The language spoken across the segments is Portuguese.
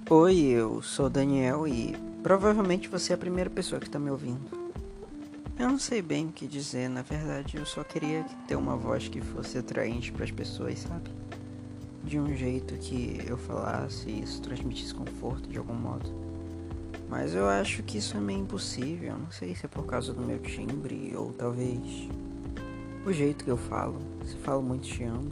Oi, eu sou o Daniel e provavelmente você é a primeira pessoa que tá me ouvindo. Eu não sei bem o que dizer, na verdade eu só queria ter uma voz que fosse atraente para as pessoas, sabe? De um jeito que eu falasse e isso transmitisse conforto de algum modo. Mas eu acho que isso é meio impossível, não sei se é por causa do meu timbre ou talvez o jeito que eu falo, se falo muito chiando.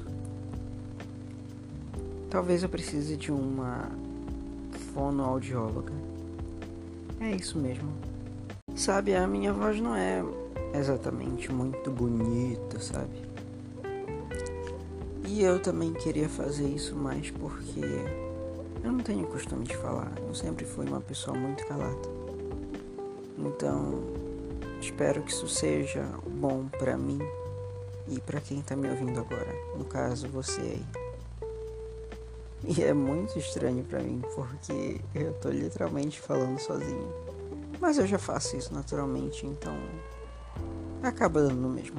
Talvez eu precise de uma fonoaudióloga. É isso mesmo. Sabe, a minha voz não é exatamente muito bonita, sabe? E eu também queria fazer isso mais porque eu não tenho costume de falar. Eu sempre fui uma pessoa muito calada. Então, espero que isso seja bom pra mim e pra quem tá me ouvindo agora. No caso, você aí. E é muito estranho pra mim porque eu tô literalmente falando sozinho. Mas eu já faço isso naturalmente, então acaba dando no mesmo.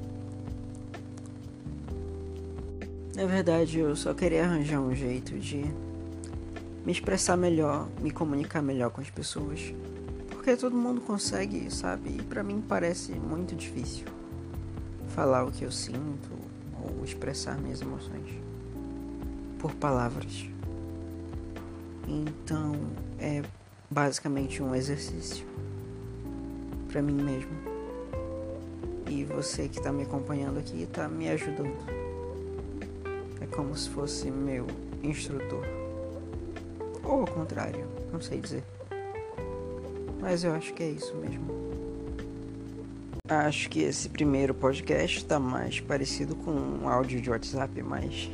Na verdade, eu só queria arranjar um jeito de me expressar melhor, me comunicar melhor com as pessoas. Porque todo mundo consegue, sabe? E pra mim parece muito difícil falar o que eu sinto ou expressar minhas emoções por palavras. Então, é basicamente um exercício pra mim mesmo. E você que tá me acompanhando aqui tá me ajudando. É como se fosse meu instrutor. Ou ao contrário, não sei dizer. Mas eu acho que é isso mesmo. Acho que esse primeiro podcast tá mais parecido com um áudio de WhatsApp, mas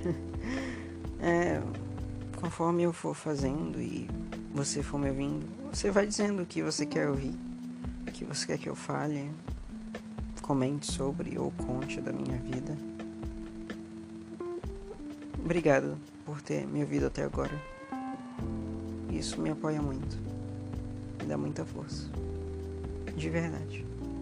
conforme eu for fazendo e você for me ouvindo, você vai dizendo o que você quer ouvir, o que você quer que eu fale, comente sobre ou conte da minha vida. Obrigado por ter me ouvido até agora. Isso me apoia muito. Me dá muita força. De verdade.